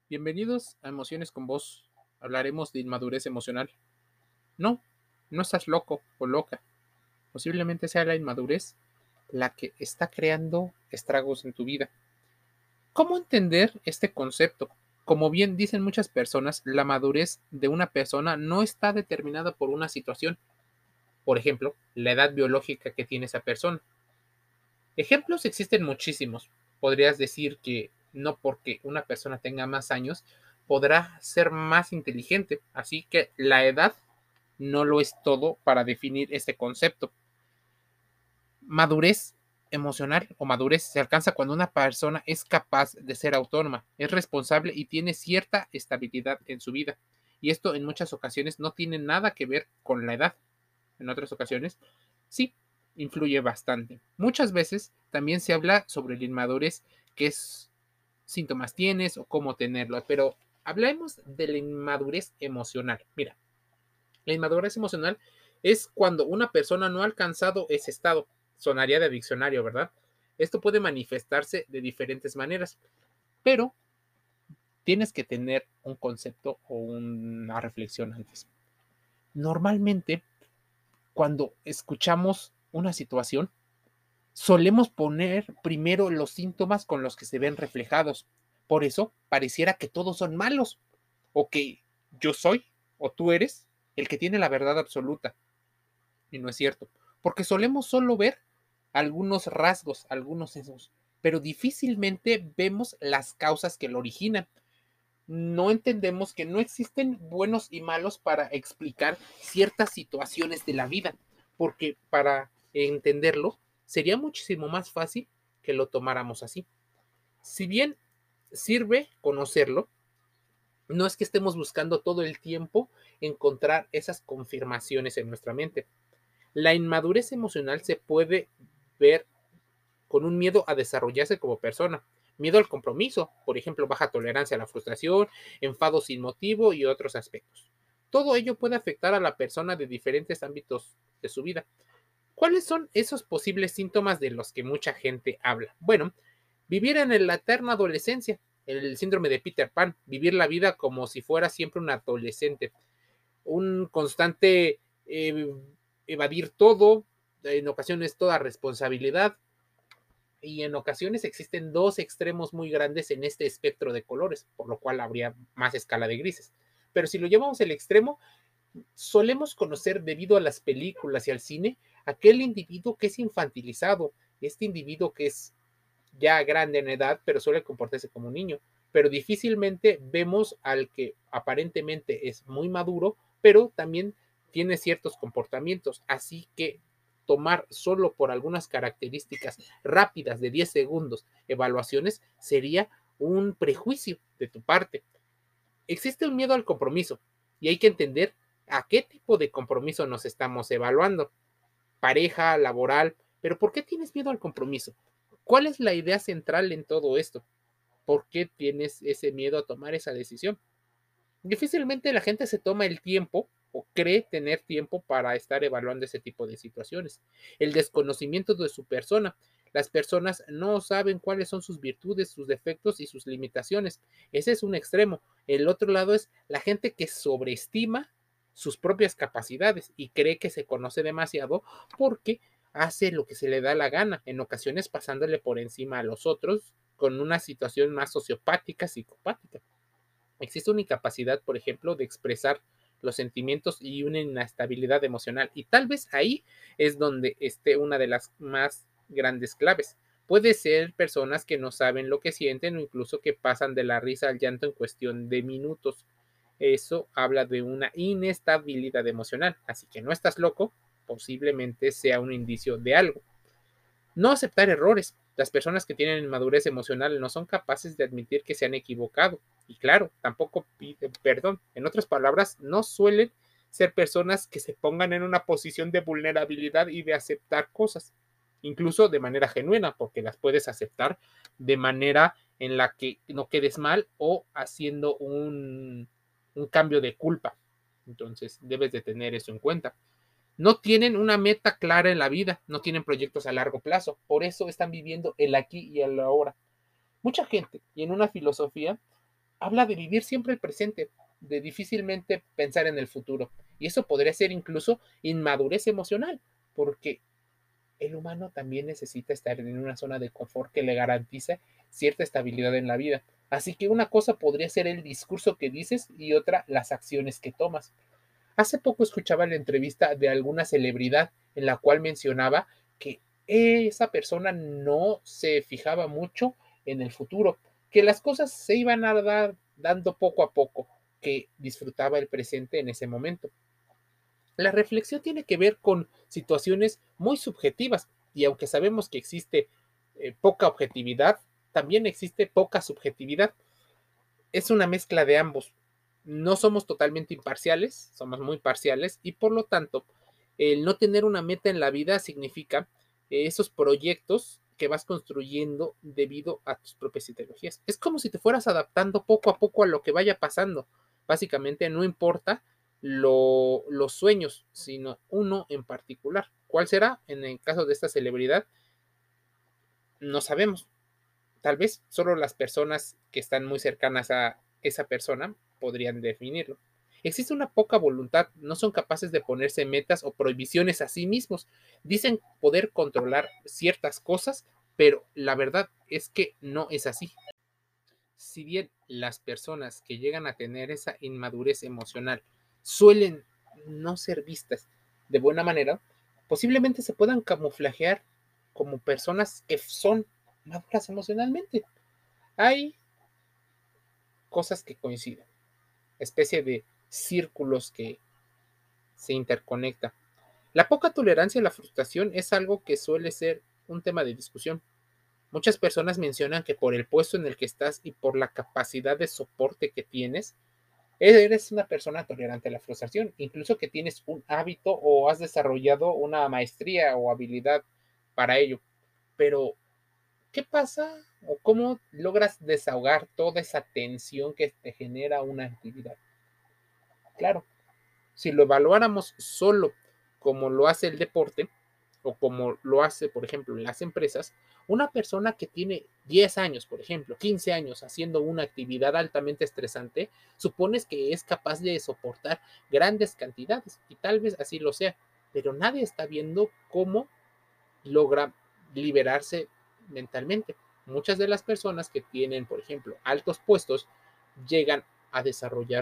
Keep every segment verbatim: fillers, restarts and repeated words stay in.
Bienvenidos a Emociones con Vos. Hablaremos de inmadurez emocional. No, no estás loco o loca. Posiblemente sea la inmadurez la que está creando estragos en tu vida. ¿Cómo entender este concepto? Como bien dicen muchas personas, la madurez de una persona no está determinada por una situación. Por ejemplo, la edad biológica que tiene esa persona. Ejemplos existen muchísimos. Podrías decir que no porque una persona tenga más años podrá ser más inteligente. Así que la edad no lo es todo para definir este concepto. Madurez emocional o madurez se alcanza cuando una persona es capaz de ser autónoma, es responsable y tiene cierta estabilidad en su vida. Y esto en muchas ocasiones no tiene nada que ver con la edad. En otras ocasiones, sí, influye bastante. Muchas veces también se habla sobre la inmadurez, qué síntomas tienes o cómo tenerlo, pero hablemos de la inmadurez emocional. Mira, la inmadurez emocional es cuando una persona no ha alcanzado ese estado. Sonaría de diccionario, ¿verdad? Esto puede manifestarse de diferentes maneras, pero tienes que tener un concepto o una reflexión antes. Normalmente, cuando escuchamos una situación, solemos poner primero los síntomas con los que se ven reflejados. Por eso pareciera que todos son malos o que yo soy o tú eres el que tiene la verdad absoluta. Y no es cierto, porque solemos solo ver algunos rasgos, algunos sesgos, pero difícilmente vemos las causas que lo originan. No entendemos que no existen buenos y malos para explicar ciertas situaciones de la vida, porque para entenderlo sería muchísimo más fácil que lo tomáramos así. Si bien sirve conocerlo, no es que estemos buscando todo el tiempo encontrar esas confirmaciones en nuestra mente. La inmadurez emocional se puede ver con un miedo a desarrollarse como persona, miedo al compromiso, por ejemplo, baja tolerancia a la frustración, enfado sin motivo y otros aspectos. Todo ello puede afectar a la persona de diferentes ámbitos de su vida. ¿Cuáles son esos posibles síntomas de los que mucha gente habla? Bueno, vivir en la eterna adolescencia, el síndrome de Peter Pan, vivir la vida como si fuera siempre un adolescente, un constante eh, evadir todo, en ocasiones toda responsabilidad, y en ocasiones existen dos extremos muy grandes en este espectro de colores, por lo cual habría más escala de grises. Pero si lo llevamos al extremo, solemos conocer debido a las películas y al cine aquel individuo que es infantilizado, este individuo que es ya grande en edad, pero suele comportarse como un niño. Pero difícilmente vemos al que aparentemente es muy maduro, pero también tiene ciertos comportamientos. Así que tomar solo por algunas características rápidas de diez segundos evaluaciones sería un prejuicio de tu parte. Existe un miedo al compromiso y hay que entender a qué tipo de compromiso nos estamos evaluando. Pareja, laboral, pero ¿por qué tienes miedo al compromiso? ¿Cuál es la idea central en todo esto? ¿Por qué tienes ese miedo a tomar esa decisión? Difícilmente la gente se toma el tiempo o cree tener tiempo para estar evaluando ese tipo de situaciones. El desconocimiento de su persona. Las personas no saben cuáles son sus virtudes, sus defectos y sus limitaciones. Ese es un extremo. El otro lado es la gente que sobreestima sus propias capacidades y cree que se conoce demasiado porque hace lo que se le da la gana, en ocasiones pasándole por encima a los otros con una situación más sociopática, psicopática. Existe una incapacidad, por ejemplo, de expresar los sentimientos y una inestabilidad emocional. Y tal vez ahí es donde esté una de las más grandes claves. Puede ser personas que no saben lo que sienten o incluso que pasan de la risa al llanto en cuestión de minutos. Eso habla de una inestabilidad emocional. Así que no estás loco, posiblemente sea un indicio de algo. No aceptar errores. Las personas que tienen inmadurez emocional no son capaces de admitir que se han equivocado. Y claro, tampoco piden perdón. En otras palabras, no suelen ser personas que se pongan en una posición de vulnerabilidad y de aceptar cosas, incluso de manera genuina, porque las puedes aceptar de manera en la que no quedes mal o haciendo un, un cambio de culpa. Entonces, debes de tener eso en cuenta. No tienen una meta clara en la vida, no tienen proyectos a largo plazo, por eso están viviendo el aquí y el ahora. Mucha gente, y en una filosofía, habla de vivir siempre el presente, de difícilmente pensar en el futuro. Y eso podría ser incluso inmadurez emocional, porque el humano también necesita estar en una zona de confort que le garantice cierta estabilidad en la vida. Así que una cosa podría ser el discurso que dices y otra las acciones que tomas. Hace poco escuchaba la entrevista de alguna celebridad en la cual mencionaba que esa persona no se fijaba mucho en el futuro, que las cosas se iban a dar dando poco a poco, que disfrutaba el presente en ese momento. La reflexión tiene que ver con situaciones muy subjetivas y aunque sabemos que existe eh, poca objetividad, también existe poca subjetividad. Es una mezcla de ambos. No somos totalmente imparciales, somos muy parciales y por lo tanto el no tener una meta en la vida significa eh, esos proyectos que vas construyendo debido a tus propias ideologías. Es como si te fueras adaptando poco a poco a lo que vaya pasando. Básicamente no importa lo, los sueños, sino uno en particular. ¿Cuál será? En el caso de esta celebridad, no sabemos. Tal vez solo las personas que están muy cercanas a esa persona podrían definirlo. Existe una poca voluntad, no son capaces de ponerse metas o prohibiciones a sí mismos. Dicen poder controlar ciertas cosas, pero la verdad es que no es así. Si bien las personas que llegan a tener esa inmadurez emocional suelen no ser vistas de buena manera, posiblemente se puedan camuflajear como personas que son maduras emocionalmente. Hay cosas que coinciden, especie de círculos que se interconectan. La poca tolerancia a la frustración es algo que suele ser un tema de discusión. Muchas personas mencionan que por el puesto en el que estás y por la capacidad de soporte que tienes, eres una persona tolerante a la frustración, incluso que tienes un hábito o has desarrollado una maestría o habilidad para ello. Pero, ¿qué pasa o cómo logras desahogar toda esa tensión que te genera una actividad? Claro, si lo evaluáramos solo como lo hace el deporte o como lo hace, por ejemplo, las empresas, una persona que tiene diez años, por ejemplo, quince años haciendo una actividad altamente estresante, supones que es capaz de soportar grandes cantidades y tal vez así lo sea, pero nadie está viendo cómo logra liberarse mentalmente. Muchas de las personas que tienen, por ejemplo, altos puestos, llegan a desarrollar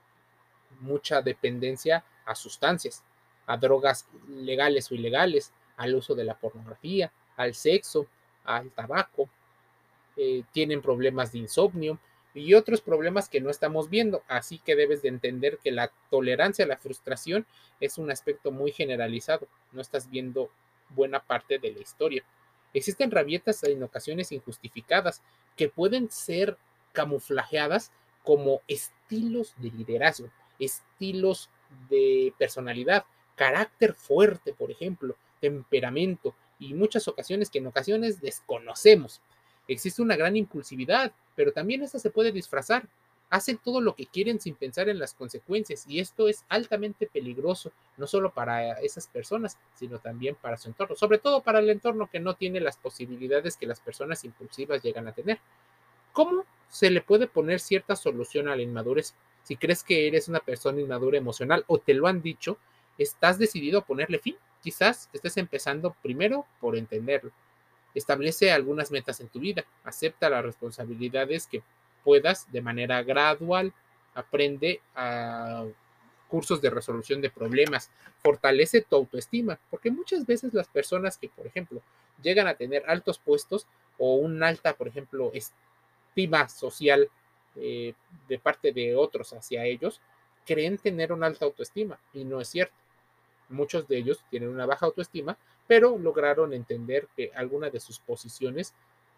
mucha dependencia a sustancias, a drogas legales o ilegales, al uso de la pornografía, al sexo, al tabaco, eh, tienen problemas de insomnio y otros problemas que no estamos viendo. Así que debes de entender que la tolerancia a la frustración es un aspecto muy generalizado. No estás viendo buena parte de la historia. Existen rabietas en ocasiones injustificadas que pueden ser camuflajeadas como estilos de liderazgo, estilos de personalidad, carácter fuerte, por ejemplo, temperamento y muchas ocasiones que en ocasiones desconocemos. Existe una gran impulsividad, pero también esta se puede disfrazar. Hacen todo lo que quieren sin pensar en las consecuencias y esto es altamente peligroso, no solo para esas personas, sino también para su entorno, sobre todo para el entorno que no tiene las posibilidades que las personas impulsivas llegan a tener. ¿Cómo se le puede poner cierta solución a la inmadurez? Si crees que eres una persona inmadura emocional o te lo han dicho, ¿estás decidido a ponerle fin? Quizás estés empezando primero por entenderlo. Establece algunas metas en tu vida, acepta las responsabilidades que puedas de manera gradual, aprende a cursos de resolución de problemas, fortalece tu autoestima, porque muchas veces las personas que, por ejemplo, llegan a tener altos puestos o una alta, por ejemplo, estima social eh, de parte de otros hacia ellos, creen tener una alta autoestima y no es cierto. Muchos de ellos tienen una baja autoestima, pero lograron entender que alguna de sus posiciones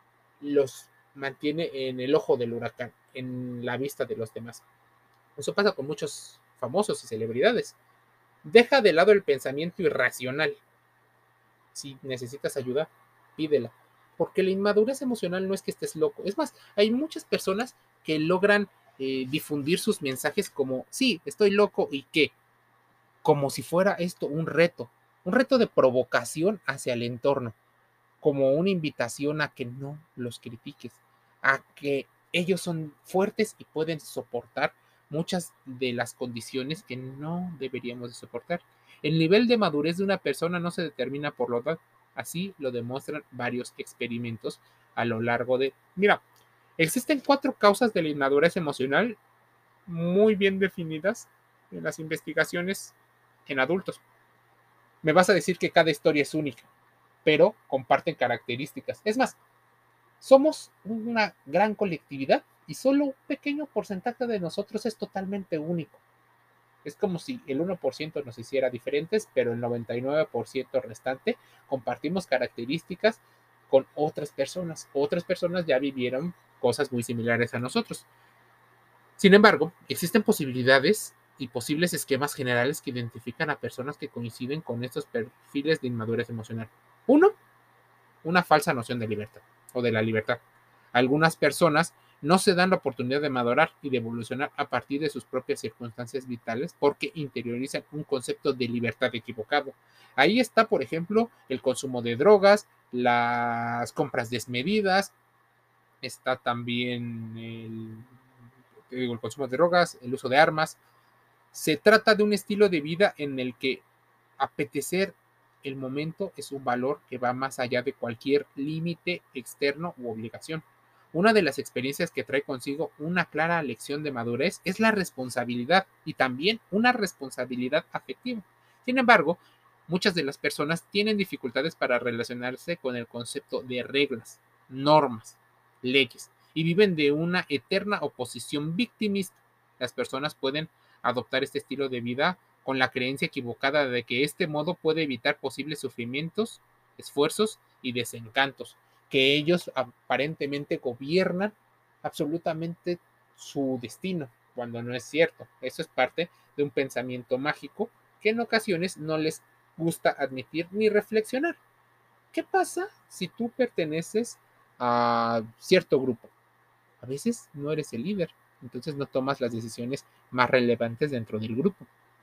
los mantiene en el ojo del huracán, en la vista de los demás. Eso pasa con muchos famosos y celebridades. Deja de lado el pensamiento irracional. Si necesitas ayuda, pídela. Porque la inmadurez emocional no es que estés loco. Es más, hay muchas personas que logran eh, difundir sus mensajes como, sí, estoy loco y qué, como si fuera esto un reto, un reto de provocación hacia el entorno, como una invitación a que no los critiques, a que ellos son fuertes y pueden soportar muchas de las condiciones que no deberíamos de soportar. El nivel de madurez de una persona no se determina por la edad, así lo demuestran varios experimentos a lo largo de... Mira, existen cuatro causas de la inmadurez emocional muy bien definidas en las investigaciones en adultos. Me vas a decir que cada historia es única, pero comparten características. Es más, somos una gran colectividad y solo un pequeño porcentaje de nosotros es totalmente único. Es como si el uno por ciento nos hiciera diferentes, pero el noventa y nueve por ciento restante compartimos características con otras personas. Otras personas ya vivieron cosas muy similares a nosotros. Sin embargo, existen posibilidades y posibles esquemas generales que identifican a personas que coinciden con estos perfiles de inmadurez emocional. Uno, una falsa noción de libertad o de la libertad. Algunas personas no se dan la oportunidad de madurar y de evolucionar a partir de sus propias circunstancias vitales porque interiorizan un concepto de libertad equivocado. Ahí está, por ejemplo, el consumo de drogas, las compras desmedidas, está también el, digo, el consumo de drogas, el uso de armas. Se trata de un estilo de vida en el que apetecer el momento es un valor que va más allá de cualquier límite externo u obligación. Una de las experiencias que trae consigo una clara lección de madurez es la responsabilidad y también una responsabilidad afectiva. Sin embargo, muchas de las personas tienen dificultades para relacionarse con el concepto de reglas, normas, leyes y viven de una eterna oposición victimista. Las personas pueden adoptar este estilo de vida con la creencia equivocada de que este modo puede evitar posibles sufrimientos, esfuerzos y desencantos, que ellos aparentemente gobiernan absolutamente su destino, cuando no es cierto. Eso es parte de un pensamiento mágico que en ocasiones no les gusta admitir ni reflexionar. ¿Qué pasa si tú perteneces a cierto grupo? A veces no eres el líder, entonces no tomas las decisiones más relevantes dentro del grupo.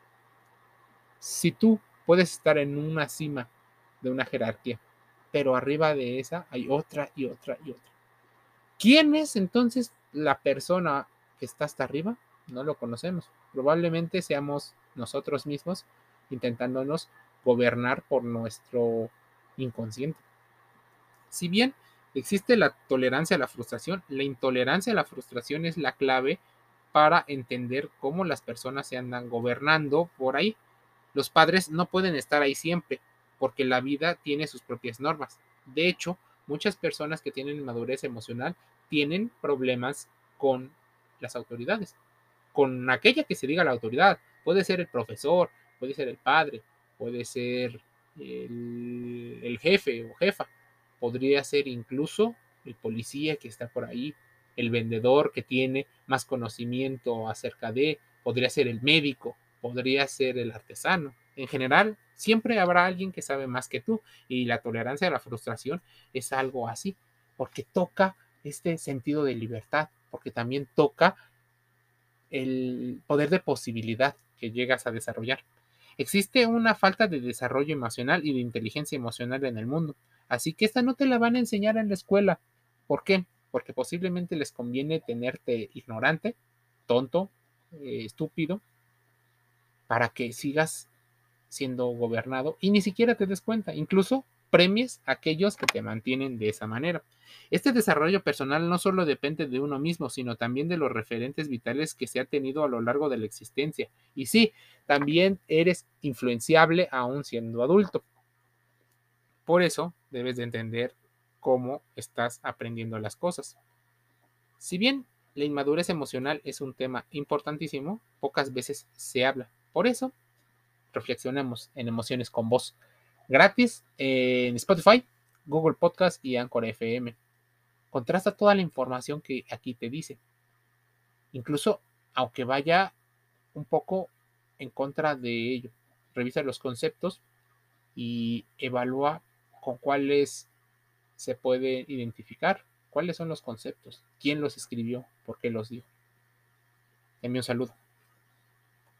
Si tú puedes estar en una cima de una jerarquía, pero arriba de esa hay otra y otra y otra. ¿Quién es entonces la persona que está hasta arriba? No lo conocemos. Probablemente seamos nosotros mismos intentándonos gobernar por nuestro inconsciente. Si bien existe la tolerancia a la frustración, la intolerancia a la frustración es la clave para entender cómo las personas se andan gobernando por ahí. Los padres no pueden estar ahí siempre, porque la vida tiene sus propias normas. De hecho, muchas personas que tienen madurez emocional tienen problemas con las autoridades, con aquella que se diga la autoridad. Puede ser el profesor, puede ser el padre, puede ser el, el jefe o jefa, podría ser incluso el policía que está por ahí, el vendedor que tiene más conocimiento acerca de, podría ser el médico, podría ser el artesano. En general, siempre habrá alguien que sabe más que tú y la tolerancia a la frustración es algo así, porque toca este sentido de libertad, porque también toca el poder de posibilidad que llegas a desarrollar. Existe una falta de desarrollo emocional y de inteligencia emocional en el mundo, así que esta no te la van a enseñar en la escuela. ¿Por qué? Porque posiblemente les conviene tenerte ignorante, tonto, eh, estúpido, para que sigas siendo gobernado y ni siquiera te des cuenta, incluso premies a aquellos que te mantienen de esa manera. Este desarrollo personal no solo depende de uno mismo, sino también de los referentes vitales que se ha tenido a lo largo de la existencia. Y sí, también eres influenciable aún siendo adulto. Por eso debes de entender cómo estás aprendiendo las cosas. Si bien la inmadurez emocional es un tema importantísimo, pocas veces se habla. Por eso, reflexionemos en Emociones con Voz, gratis en Spotify, Google Podcast y Anchor F M. Contrasta toda la información que aquí te dice, incluso aunque vaya un poco en contra de ello. Revisa los conceptos y evalúa con cuáles se puede identificar, cuáles son los conceptos, quién los escribió, por qué los dijo. Envío un saludo.